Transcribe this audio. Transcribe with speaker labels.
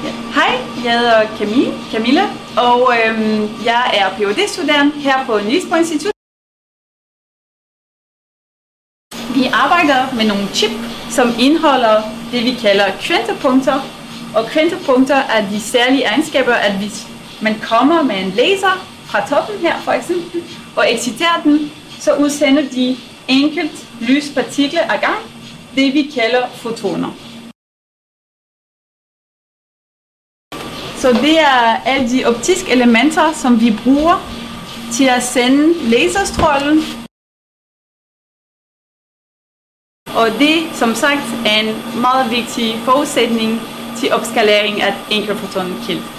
Speaker 1: Hej, jeg hedder Camilla, og jeg er Ph.D.-studerende her på Niels Bohr Institut. Vi arbejder med nogle chip, som indeholder det, vi kalder kvantepunkter. Og kvantepunkter er de særlige egenskaber, at hvis man kommer med en laser fra toppen her for eksempel, og exciterer den, så udsender de enkelt lyspartikler ad gang, det vi kalder fotoner. Så det er alle de optiske elementer, som vi bruger til at sende laserstrålen. Og det, som sagt, er en meget vigtig forudsætning til opskalering af enkeltfotonkilde.